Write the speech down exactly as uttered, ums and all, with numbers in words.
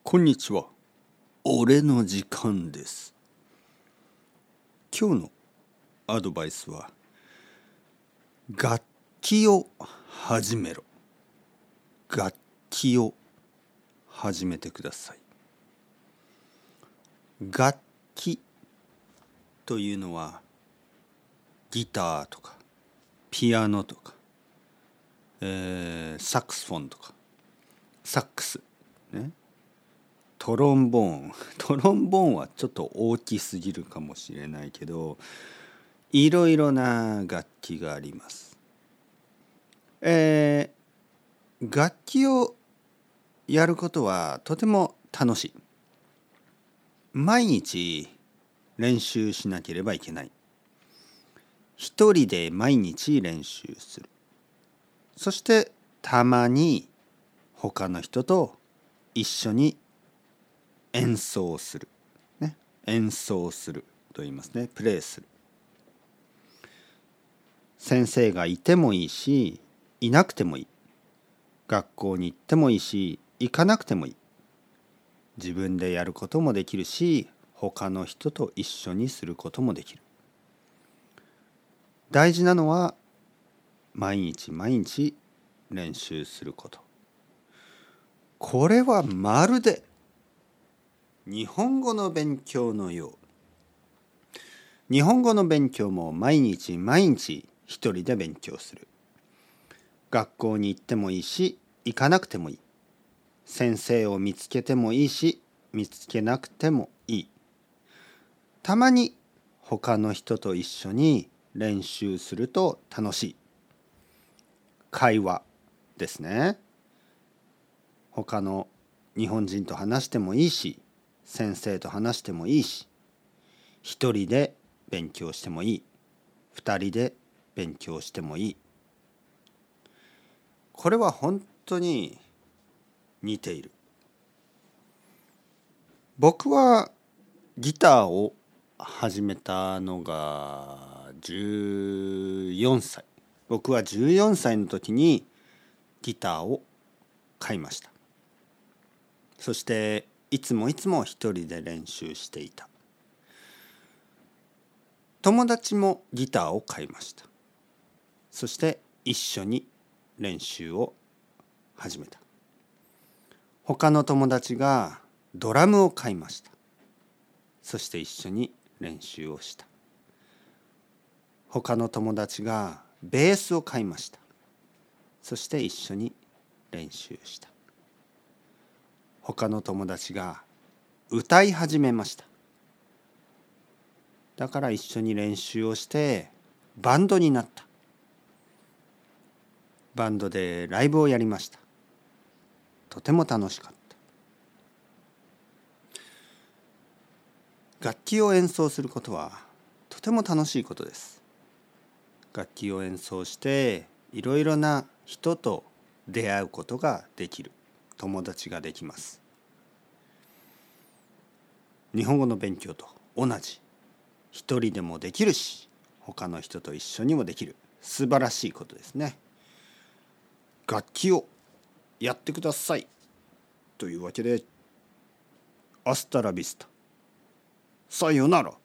こんにちは。俺の時間です。今日のアドバイスは、楽器を始めろ。楽器を始めてください。楽器というのは、ギターとか、ピアノとか、えー、サックスフォンとか、サックス、ね。トロンボーントロンボーンはちょっと大きすぎるかもしれないけど、いろいろな楽器があります。えー、楽器をやることはとても楽しい。毎日練習しなければいけない。一人で毎日練習する。そしてたまに他の人と一緒に演奏する、ね、演奏すると言いますね。プレイする。先生がいてもいいし、いなくてもいい。学校に行ってもいいし、行かなくてもいい。自分でやることもできるし、他の人と一緒にすることもできる。大事なのは毎日毎日練習すること。これはまるで日本語の勉強のよう。日本語の勉強も毎日毎日一人で勉強する。学校に行ってもいいし、行かなくてもいい。先生を見つけてもいいし、見つけなくてもいい。たまに他の人と一緒に練習すると楽しい。会話ですね。他の日本人と話してもいいし、先生と話してもいいし、一人で勉強してもいい。二人で勉強してもいい。これは本当に似ている。僕はギターを始めたのがじゅうよんさい。僕はじゅうよんさいの時にギターを買いました。そしていつもいつも一人で練習していた。友達もギターを買いました。そして一緒に練習を始めた。他の友達がドラムを買いました。そして一緒に練習をした。他の友達がベースを買いました。そして一緒に練習した。他の友達が歌い始めました。だから一緒に練習をしてバンドになった。バンドでライブをやりました。とても楽しかった。楽器を演奏することはとても楽しいことです。楽器を演奏していろいろな人と出会うことができる。友達ができます。日本語の勉強と同じ。一人でもできるし、他の人と一緒にもできる。素晴らしいことですね。楽器をやってください。というわけで、アスタラビスタ。さよなら。